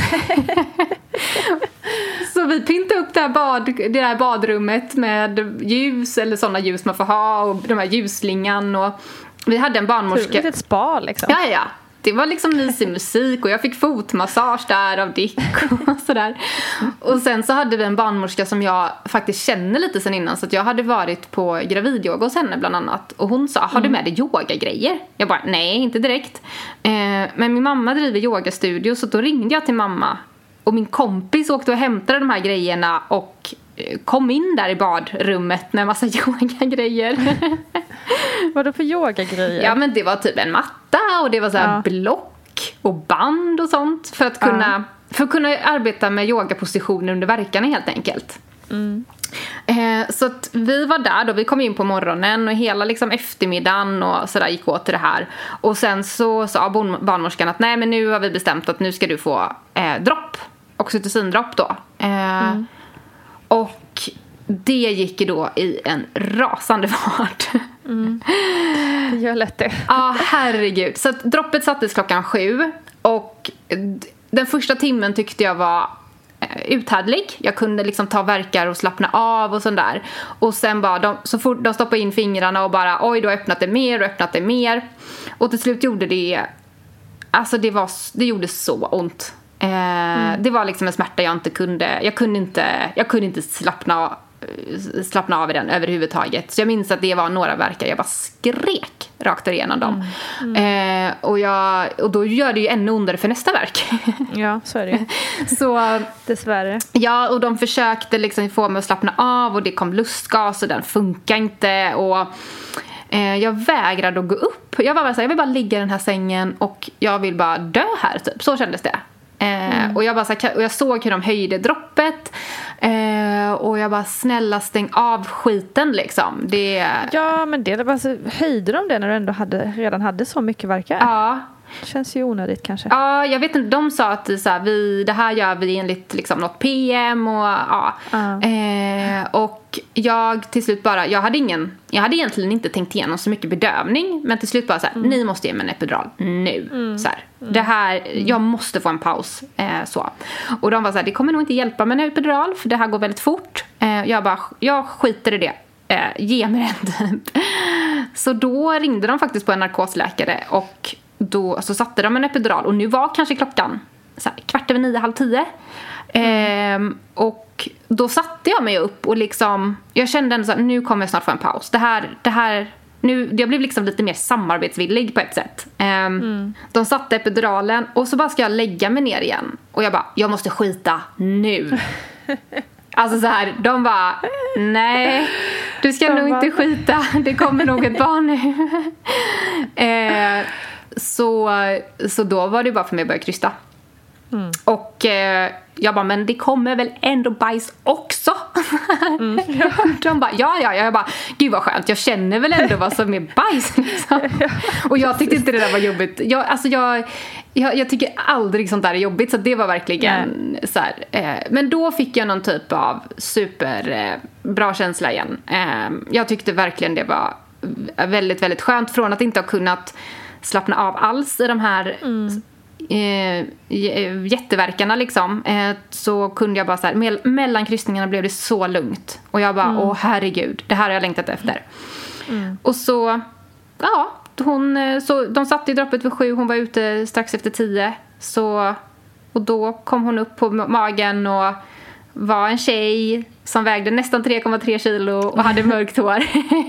B: Så vi pyntade upp det här badrummet med ljus, eller sådana ljus man får ha, och de här ljusslingan, och vi hade en barnmorska.
A: Ett spa liksom.
B: Ja. Det var liksom mysig musik, och jag fick fotmassage där av Dick och sådär. Och sen så hade vi en barnmorska som jag faktiskt känner lite sen innan, så att jag hade varit på gravidyoga hos henne bland annat. Och hon sa, har du med dig yogagrejer? Jag bara, nej, inte direkt. Men min mamma driver yogastudio, så då ringde jag till mamma. Och min kompis åkte och hämtade de här grejerna och kom in där i badrummet med en massa yogagrejer.
A: Vadå för yogagrejer?
B: Ja, men det var typ en matta, och det var så här block och band och sånt för att kunna arbeta med yogapositioner under verkarna helt enkelt. Så att vi var där då, vi kom in på morgonen och hela liksom eftermiddagen och sådär gick åt till det här. Och sen så sa barnmorskan att nej, men nu har vi bestämt att nu ska du få dropp, oxytocindropp då. Och det gick ju då i en rasande fart.
A: Det gör lätt det.
B: Ja, herregud. Så att droppet sattes 7:00. Och den första timmen tyckte jag var uthärdlig. Jag kunde liksom ta verkar och slappna av och sånt där. Och sen bara, så fort de stoppade in fingrarna och bara, oj, då har öppnat det mer. Och till slut gjorde det, alltså det gjorde så ont. Det var liksom en smärta jag kunde inte slappna av i den överhuvudtaget. Så jag minns att det var några verkar. Jag bara skrek rakt igenom dem. Och då gör det ju ännu ondare för nästa verk.
A: Ja, så är det.
B: Så
A: dessvärre.
B: Ja, och de försökte liksom få mig att slappna av, och det kom lustgas och den funkar inte, och Jag vägrade att gå upp. Jag var bara så här, jag vill bara ligga i den här sängen och jag vill bara dö här typ. Så kändes det. Och jag bara så här, och jag såg hur de höjde droppet. Och jag bara, snälla stäng av skiten liksom.
A: Ja, men det bara så, höjde de det när du ändå redan hade så mycket verkar?
B: Ja.
A: Det känns ju onödigt kanske.
B: Ja, jag vet inte. De sa att så här, det här gör vi enligt liksom, något PM. Och, ja. Och jag till slut bara... Jag hade egentligen inte tänkt igenom så mycket bedövning. Men till slut bara så här, ni måste ge mig en epidural nu. Så här, det här, jag måste få en paus. Så. Och de var så här, det kommer nog inte hjälpa med en epidural. För det här går väldigt fort. Jag skiter i det. Ge mig den typ. Så då ringde de faktiskt på en narkosläkare. Och då så satte de en epidural. Och nu var kanske klockan så här, 8:45, 9:30. Och då satte jag mig upp och liksom, jag kände ändå så här, nu kommer jag snart få en paus. Det här nu, jag blev liksom lite mer samarbetsvillig på ett sätt. De satte epiduralen och så bara ska jag lägga mig ner igen. Och jag bara, jag måste skita nu. Alltså så här, de bara, nej, du ska nog inte skita. Det kommer nog ett barn nu. Så då var det bara för mig att börja krysta. Och jag bara, men det kommer väl ändå bajs också. De bara, ja. Jag bara, gud vad skönt. Jag känner väl ändå vad som är bajs liksom. Och jag tyckte inte det där var jobbigt. Jag tycker aldrig sånt där är jobbigt. Så det var verkligen så här, men då fick jag någon typ av bra känsla igen. Jag tyckte verkligen det var väldigt, väldigt skönt. Från att inte ha kunnat slappna av alls i de här jätteverkarna liksom, så kunde jag bara så här, mellan kryssningarna blev det så lugnt. Och jag bara, åh herregud, det här har jag längtat efter. Och så, ja, så de satte i droppet vid 7, hon var ute strax efter 10. Så, och då kom hon upp på magen och var en tjej som vägde nästan 3,3 kilo och hade mörkt hår.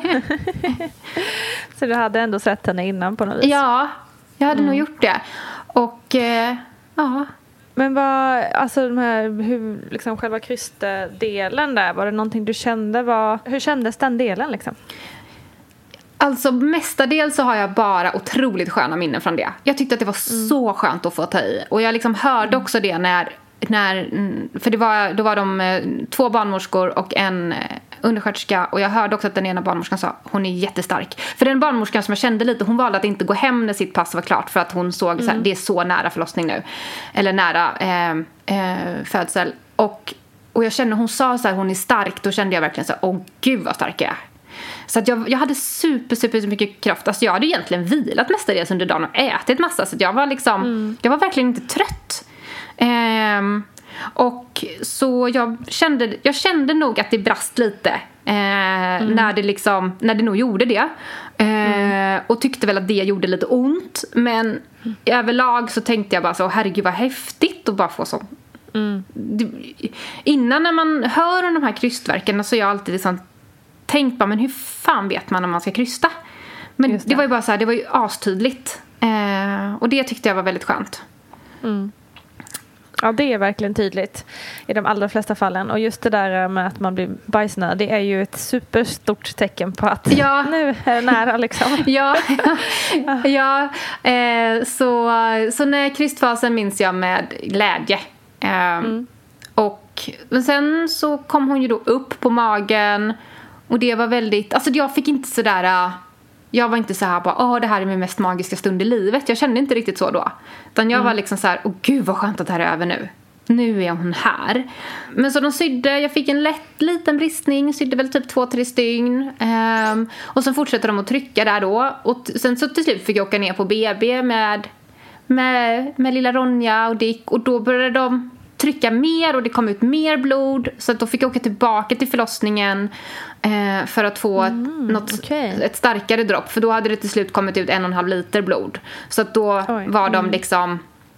A: Så du hade ändå sett henne innan på något vis?
B: Ja, jag hade nog gjort det. Och ja.
A: Men alltså hur liksom själva krystdelen där, var det någonting du kände hur kändes den delen liksom?
B: Alltså mestadels så har jag bara otroligt sköna minnen från det. Jag tyckte att det var så skönt att få ta i. Och jag liksom hörde också det när för då var de 2 barnmorskor och en undersköterska. Och jag hörde också att den ena barnmorskan sa, hon är jättestark. För den barnmorskan som jag kände lite, hon valde att inte gå hem när sitt pass var klart. För att hon såg så här, det är så nära förlossning nu. Eller nära födsel. Och jag kände, hon sa så här, hon är stark. Då kände jag verkligen så här, åh gud vad stark jag är. Så att jag hade super mycket kraft. Alltså jag hade egentligen vilat mestadels under dagen och ätit massa. Så att jag var liksom, jag var verkligen inte trött. Och så jag kände nog att det brast lite när det nog gjorde det. Och tyckte väl att det gjorde lite ont. Men överlag så tänkte jag bara så, herregud vad häftigt att bara få så. Innan när man hör om de här krystverken så jag alltid liksom tänkt på, men hur fan vet man om man ska krysta? Men det var ju bara så här, det var ju astydligt. Och det tyckte jag var väldigt skönt.
A: Ja, det är verkligen tydligt i de allra flesta fallen. Och just det där med att man blir bajsnödig, det är ju ett superstort tecken på att nu är det nära liksom. Så när krystfasen minns jag med glädje. Men sen så kom hon ju då upp på magen. Och det var väldigt, alltså jag fick inte sådär, jag var inte så här bara, det här är min mest magiska stund i livet. Jag kände inte riktigt så då. Utan jag var liksom så här, gud vad skönt att det här är över nu. Nu är hon här. Men så de sydde, jag fick en liten bristning, sydde väl typ 2-3 stygn. Och sen fortsatte de att trycka där då. Och sen så till slut fick jag åka ner på BB med lilla Ronja och Dick. Och då började de trycka mer och det kom ut mer blod. Så att då fick jag åka tillbaka till förlossningen för att få ett starkare dropp. För då hade det till slut kommit ut 1,5 liter blod. Så att då var de liksom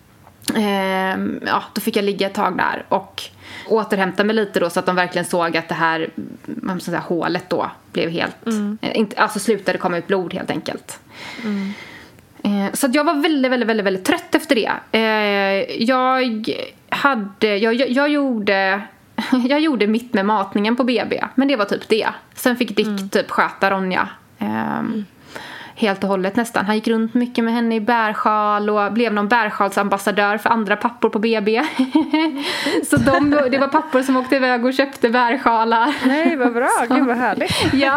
A: då fick jag ligga ett tag där och återhämta mig lite då, så att de verkligen såg att det här hålet då blev helt alltså slutade komma ut blod helt enkelt. Så att jag var väldigt, väldigt, väldigt, väldigt trött efter det. Jag gjorde mitt med matningen på BB, men det var typ det. Sen fick Dick typ sköta Ronja.
B: helt och hållet nästan. Han gick runt mycket med henne i bärsjal och blev någon bärsjalsambassadör för andra pappor på BB. Så det var pappor som åkte iväg och köpte bärsjalar.
A: Nej, vad bra. Gud, vad härligt.
B: Ja.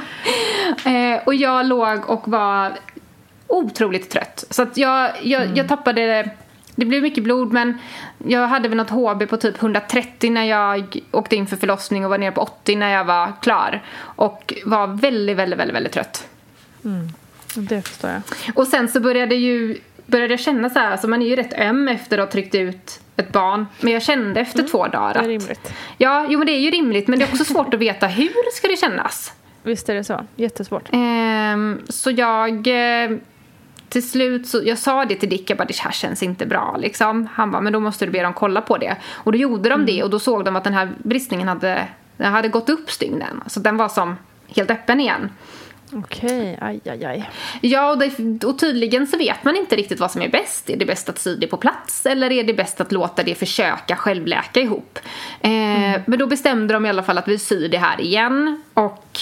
B: Och jag låg och var otroligt trött. Så att jag tappade... Det blev mycket blod, men jag hade väl något HB på typ 130 när jag åkte in för förlossning och var nere på 80 när jag var klar. Och var väldigt, väldigt, väldigt, väldigt trött.
A: Det förstår jag.
B: Och sen så började jag känna så här, alltså man är ju rätt öm efter att ha tryckt ut ett barn. Men jag kände efter 2 dagar att...
A: Det är rimligt.
B: Ja, men det är ju rimligt, men det är också svårt att veta hur ska det kännas.
A: Visst är det så. Jättesvårt.
B: Så jag... Till slut så jag sa det till Dick, jag bara, det här känns inte bra liksom. Han bara, men då måste du be dem kolla på det. Och då gjorde de det och då såg de att den här bristningen hade gått upp stygnen. Så den var som helt öppen igen.
A: Okej, aj.
B: Ja, och tydligen så vet man inte riktigt vad som är bäst. Är det bäst att sy det på plats eller är det bäst att låta det försöka självläka ihop? Men då bestämde de i alla fall att vi syr det här igen. Och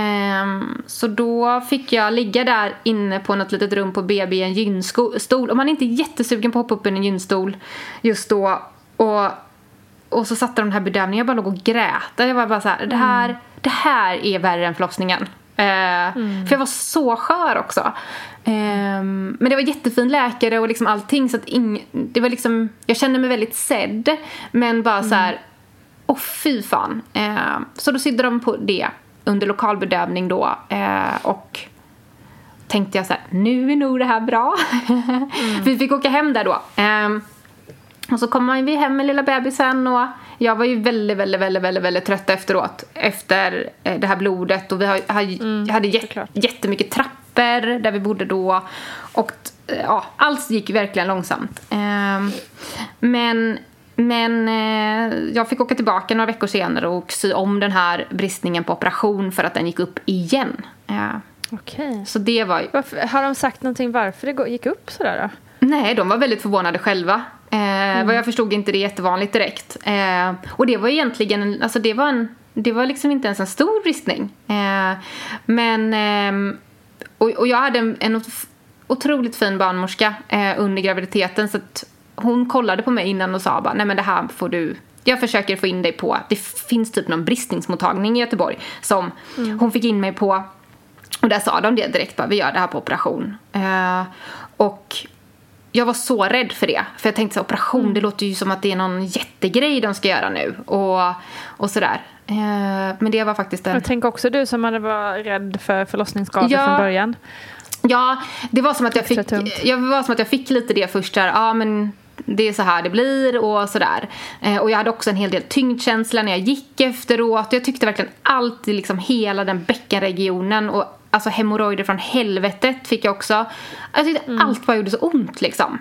B: så då fick jag ligga där inne på något litet rum på BB i en gynstol. Och man är inte jättesugen på att hoppa upp i en gynstol just då. Och så satte de den här bedövningen. Jag bara låg och grät. Jag var bara så här, det här är värre än förlossningen. För jag var så skör också. Men det var jättefin läkare och liksom allting, så att det var liksom, jag kände mig väldigt sedd, men bara så här, fy fan. Så då sydde de på det under lokalbedövning då, och tänkte jag så här, nu är nog det här bra. Vi fick åka hem där då. Och så kom vi hem med lilla bebisen och jag var ju väldigt, väldigt, väldigt, väldigt, väldigt trött efteråt. Efter det här blodet. Och vi hade jättemycket trappor där vi bodde då. Och ja, allt gick verkligen långsamt. Men jag fick åka tillbaka några veckor senare och sy om den här bristningen på operation för att den gick upp igen.
A: Okej.
B: Så det var ju...
A: Har de sagt någonting varför det gick upp sådär då?
B: Nej, de var väldigt förvånade själva. Vad jag förstod inte det jättevanligt direkt. Och det var egentligen, alltså det var liksom inte ens en stor bristning. Och jag hade en otroligt fin barnmorska under graviditeten, så att hon kollade på mig innan och sa bara, nej men det här får du, jag försöker få in dig på, det finns typ någon bristningsmottagning i Göteborg som hon fick in mig på. Och där sa de det direkt, bara, vi gör det här på operation. Och jag var så rädd för det. För jag tänkte så, operation, det låter ju som att det är någon jättegrej de ska göra nu. Och sådär. Men det var faktiskt
A: Jag tänker också du som hade varit rädd för förlossningsskador från början.
B: Ja, det var som att jag fick lite det först där. Ja, men det är så här det blir och sådär. Och jag hade också en hel del tyngdkänsla när jag gick efteråt. Jag tyckte verkligen allt, liksom hela den bäckenregionen och alltså hemorrojder från helvetet fick jag också. Jag tyckte allt bara gjorde så ont liksom.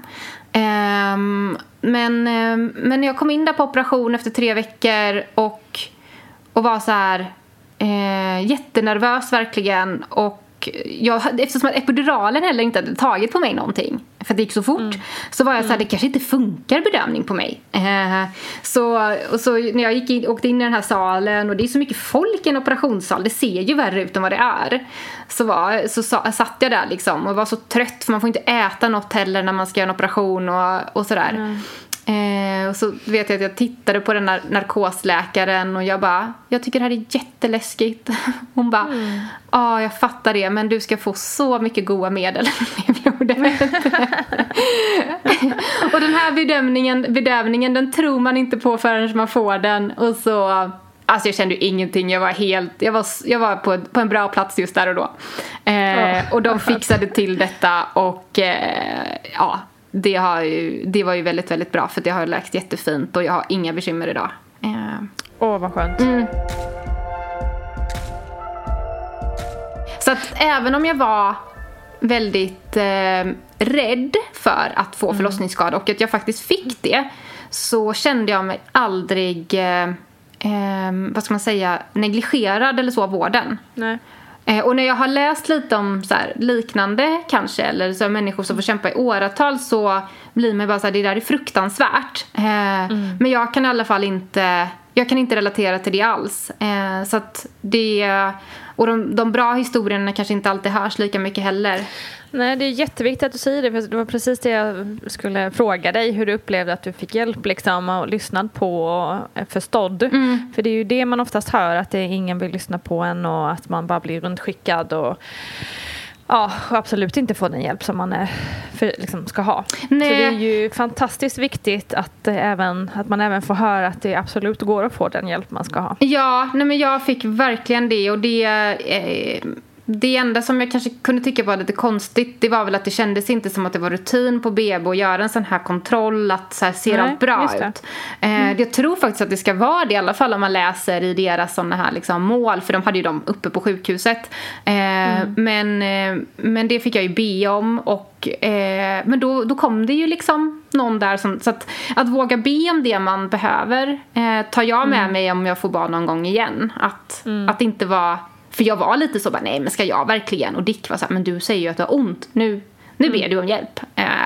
B: Men när jag kom in där på operation efter 3 veckor och var så här jättenervös verkligen, och eftersom att epiduralen heller inte hade tagit på mig någonting för att det gick så fort, så var jag så här, det kanske inte funkar bedömning på mig. Så när jag åkte in i den här salen, och det är så mycket folk i en operationssal, det ser ju värre ut än vad det är, så satt jag där liksom och var så trött, för man får inte äta något heller när man ska göra en operation och sådär. Och så vet jag att jag tittade på den här narkosläkaren och jag tycker det här är jätteläskigt. Hon bara, jag fattar det, men du ska få så mycket goda medel. Och den här bedövningen, den tror man inte på förrän man får den. Och så, alltså jag kände ju ingenting, jag var på en bra plats just där och då. Och de fixade till detta och det var ju väldigt, väldigt bra, för det har läkt jättefint och jag har inga bekymmer idag.
A: Vad skönt.
B: Så att även om jag var väldigt rädd för att få förlossningsskada och att jag faktiskt fick det, så kände jag mig aldrig vad ska man säga, negligerad eller så av vården. Nej. Och när jag har läst lite om så här, liknande kanske, eller så människor som får kämpa i åratal, så blir man bara så här, det där är fruktansvärt. Men jag kan i alla fall inte jag kan inte relatera till det alls. Så att det... Och de bra historierna kanske inte alltid hörs lika mycket heller.
A: Nej, det är jätteviktigt att du säger det. För det var precis det jag skulle fråga dig. Hur du upplevde att du fick hjälp liksom, och lyssnad på och förstådd. För det är ju det man oftast hör. Att det ingen vill lyssna på en och att man bara blir rundskickad och... Ja, absolut inte få den hjälp som man liksom ska ha. Nej. Så det är ju fantastiskt viktigt att man även får höra att det absolut går att få den hjälp man ska ha.
B: Ja, nej men jag fick verkligen det. Och det enda som jag kanske kunde tycka var lite konstigt, det var väl att det kändes inte som att det var rutin på BB att göra en sån här kontroll, att så här ser allt bra ut. Jag tror faktiskt att det ska vara det, i alla fall om man läser i deras såna här liksom mål, för de hade ju dem uppe på sjukhuset. Men det fick jag ju be om, och men då kom det ju liksom någon där som, så att våga be om det man behöver tar jag med mig om jag får barn någon gång igen, att inte vara. För jag var lite så bara, nej men ska jag verkligen? Och Dick var så här, men du säger ju att du har ont. Nu ber du om hjälp.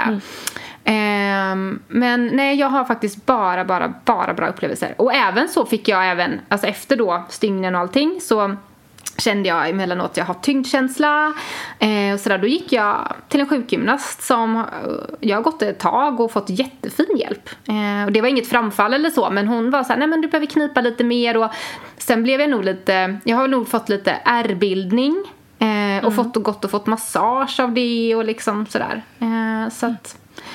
B: Men nej, jag har faktiskt bara bra upplevelser. Och även så fick jag alltså efter då stygnen och allting, så kände jag emellanåt att jag har tyngdkänsla. Och sådär, då gick jag till en sjukgymnast som jag har gått ett tag och fått jättefin hjälp. Och det var inget framfall eller så, men hon var så här, nej men du behöver knipa lite mer. Och sen blev jag har nog fått lite ärrbildning. Och fått massage av det och liksom sådär. Så att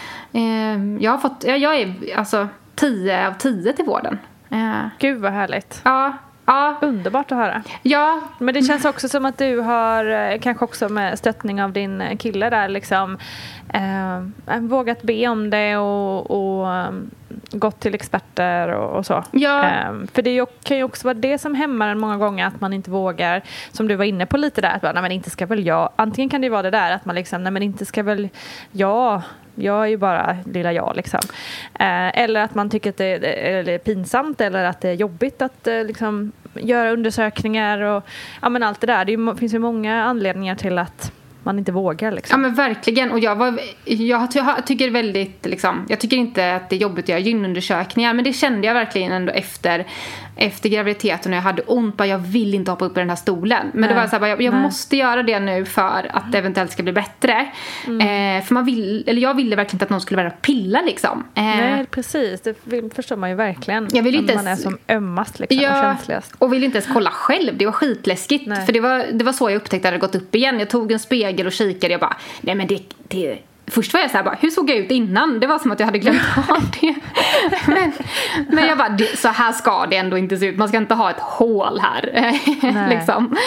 B: jag är alltså 10 av 10 till vården.
A: Gud vad härligt.
B: Ja.
A: Underbart att höra.
B: Ja.
A: Men det känns också som att du har, kanske också med stöttning av din kille där, liksom vågat be om det och gått till experter och så. Ja. För det kan ju också vara det som hämmar en många gånger, att man inte vågar, som du var inne på lite där, att bara, nej men inte ska väl jag. Antingen kan det vara det där att man liksom, nej men inte ska väl jag är ju bara lilla jag liksom. Eller att man tycker att det är pinsamt, eller att det är jobbigt att liksom göra undersökningar och ja men allt det där. Det finns ju många anledningar till att man inte vågar liksom. Ja
B: men verkligen, och jag tycker väldigt liksom, jag tycker inte att det är jobbigt att göra gynundersökningar, men det kände jag verkligen ändå efter graviditeten, när jag hade ont, bara jag vill inte hoppa upp i den här stolen. Men det var så här, jag måste göra det nu för att det eventuellt ska bli bättre. För jag ville verkligen inte att någon skulle vara pilla liksom.
A: Nej, precis. Det förstår man ju verkligen.
B: Jag vill inte
A: man är som ömmast liksom, och känsligast.
B: Och vill inte ens kolla själv. Det var skitläskigt. Nej. För det var så jag upptäckte att det hade gått upp igen. Jag tog en spegel och kikade. Jag bara, nej men det först var jag så här bara, hur såg jag ut innan? Det var som att jag hade glömt av det. Men jag bara, så här ska det ändå inte se ut. Man ska inte ha ett hål här. Liksom.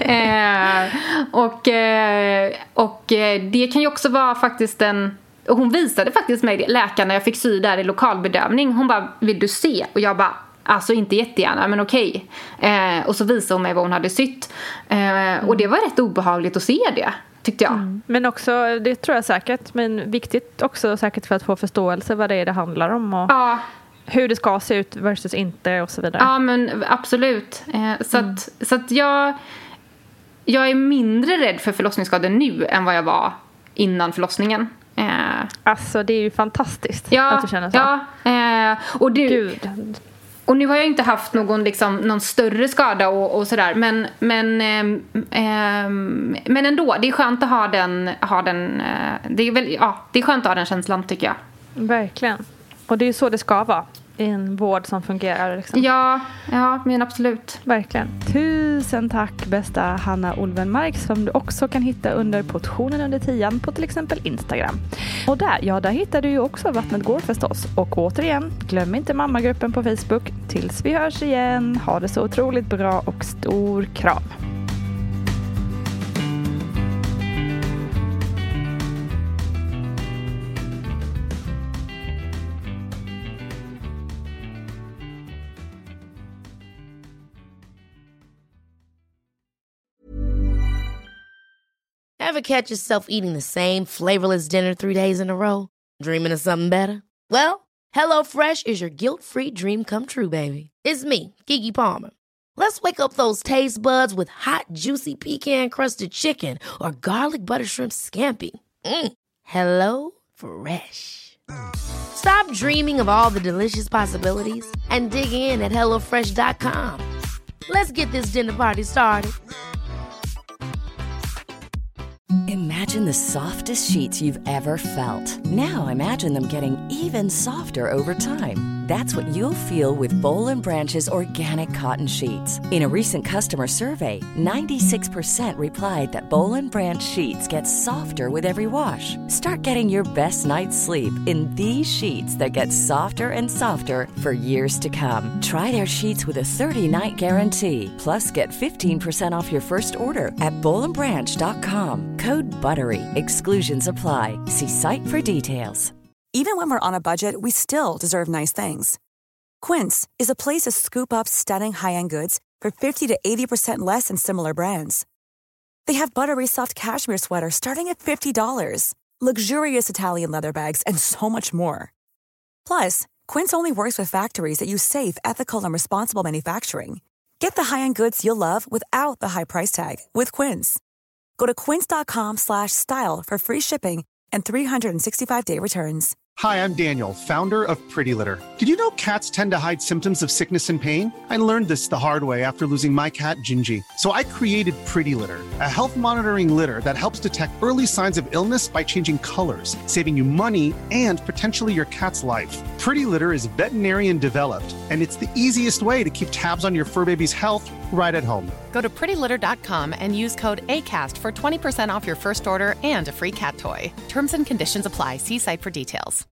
B: Och det kan ju också vara faktiskt och hon visade faktiskt mig, läkaren, när jag fick sy där i lokalbedövning. Hon bara, vill du se? Och jag bara, alltså inte jättegärna, men okej. Och så visade hon mig vad hon hade sytt. Och det var rätt obehagligt att se det, tyckte jag.
A: Men också, det tror jag säkert, men viktigt också säkert för att få förståelse vad det är det handlar om och hur det ska se ut versus inte och så vidare.
B: Ja, men absolut. Så att jag är mindre rädd för förlossningsskador nu än vad jag var innan förlossningen.
A: Alltså det är ju fantastiskt att du känner så.
B: Ja, och nu har jag inte haft någon större skada och sådär, men ändå, det är skönt att ha den det är skönt att ha den känslan, tycker jag.
A: Verkligen. Och det är ju så det ska vara i en vård som fungerar liksom.
B: Ja, men absolut.
A: Verkligen. Tusen tack bästa Hanna Olvenmark, som du också kan hitta under portionen under 10 på till exempel Instagram. Och där hittar du ju också Vattnet går förstås. Och återigen, glöm inte mammagruppen på Facebook. Tills vi hörs igen, ha det så otroligt bra och stor kram.
D: Ever catch yourself eating the same flavorless dinner 3 days in a row? Dreaming of something better? Well, HelloFresh is your guilt-free dream come true, baby. It's me, Keke Palmer. Let's wake up those taste buds with hot, juicy pecan-crusted chicken or garlic butter shrimp scampi. Hello Fresh. Stop dreaming of all the delicious possibilities and dig in at HelloFresh.com. Let's get this dinner party started.
J: Imagine the softest sheets you've ever felt. Now imagine them getting even softer over time. That's what you'll feel with Boll & Branch's organic cotton sheets. In a recent customer survey, 96% replied that Boll & Branch sheets get softer with every wash. Start getting your best night's sleep in these sheets that get softer and softer for years to come. Try their sheets with a 30-night guarantee. Plus, get 15% off your first order at bollandbranch.com. Code BUTTERY. Exclusions apply. See site for details.
H: Even when we're on a budget, we still deserve nice things. Quince is a place to scoop up stunning high-end goods for 50 to 80% less than similar brands. They have buttery soft cashmere sweaters starting at $50, luxurious Italian leather bags, and so much more. Plus, Quince only works with factories that use safe, ethical, and responsible manufacturing. Get the high-end goods you'll love without the high price tag with Quince. Go to quince.com/style for free shipping and 365-day returns.
M: Hi, I'm Daniel, founder of Pretty Litter. Did you know cats tend to hide symptoms of sickness and pain? I learned this the hard way after losing my cat, Gingy. So I created Pretty Litter, a health monitoring litter that helps detect early signs of illness by changing colors, saving you money and potentially your cat's life. Pretty Litter is veterinarian developed, and it's the easiest way to keep tabs on your fur baby's health right at home.
L: Go to prettylitter.com and use code ACAST for 20% off your first order and a free cat toy. Terms and conditions apply. See site for details.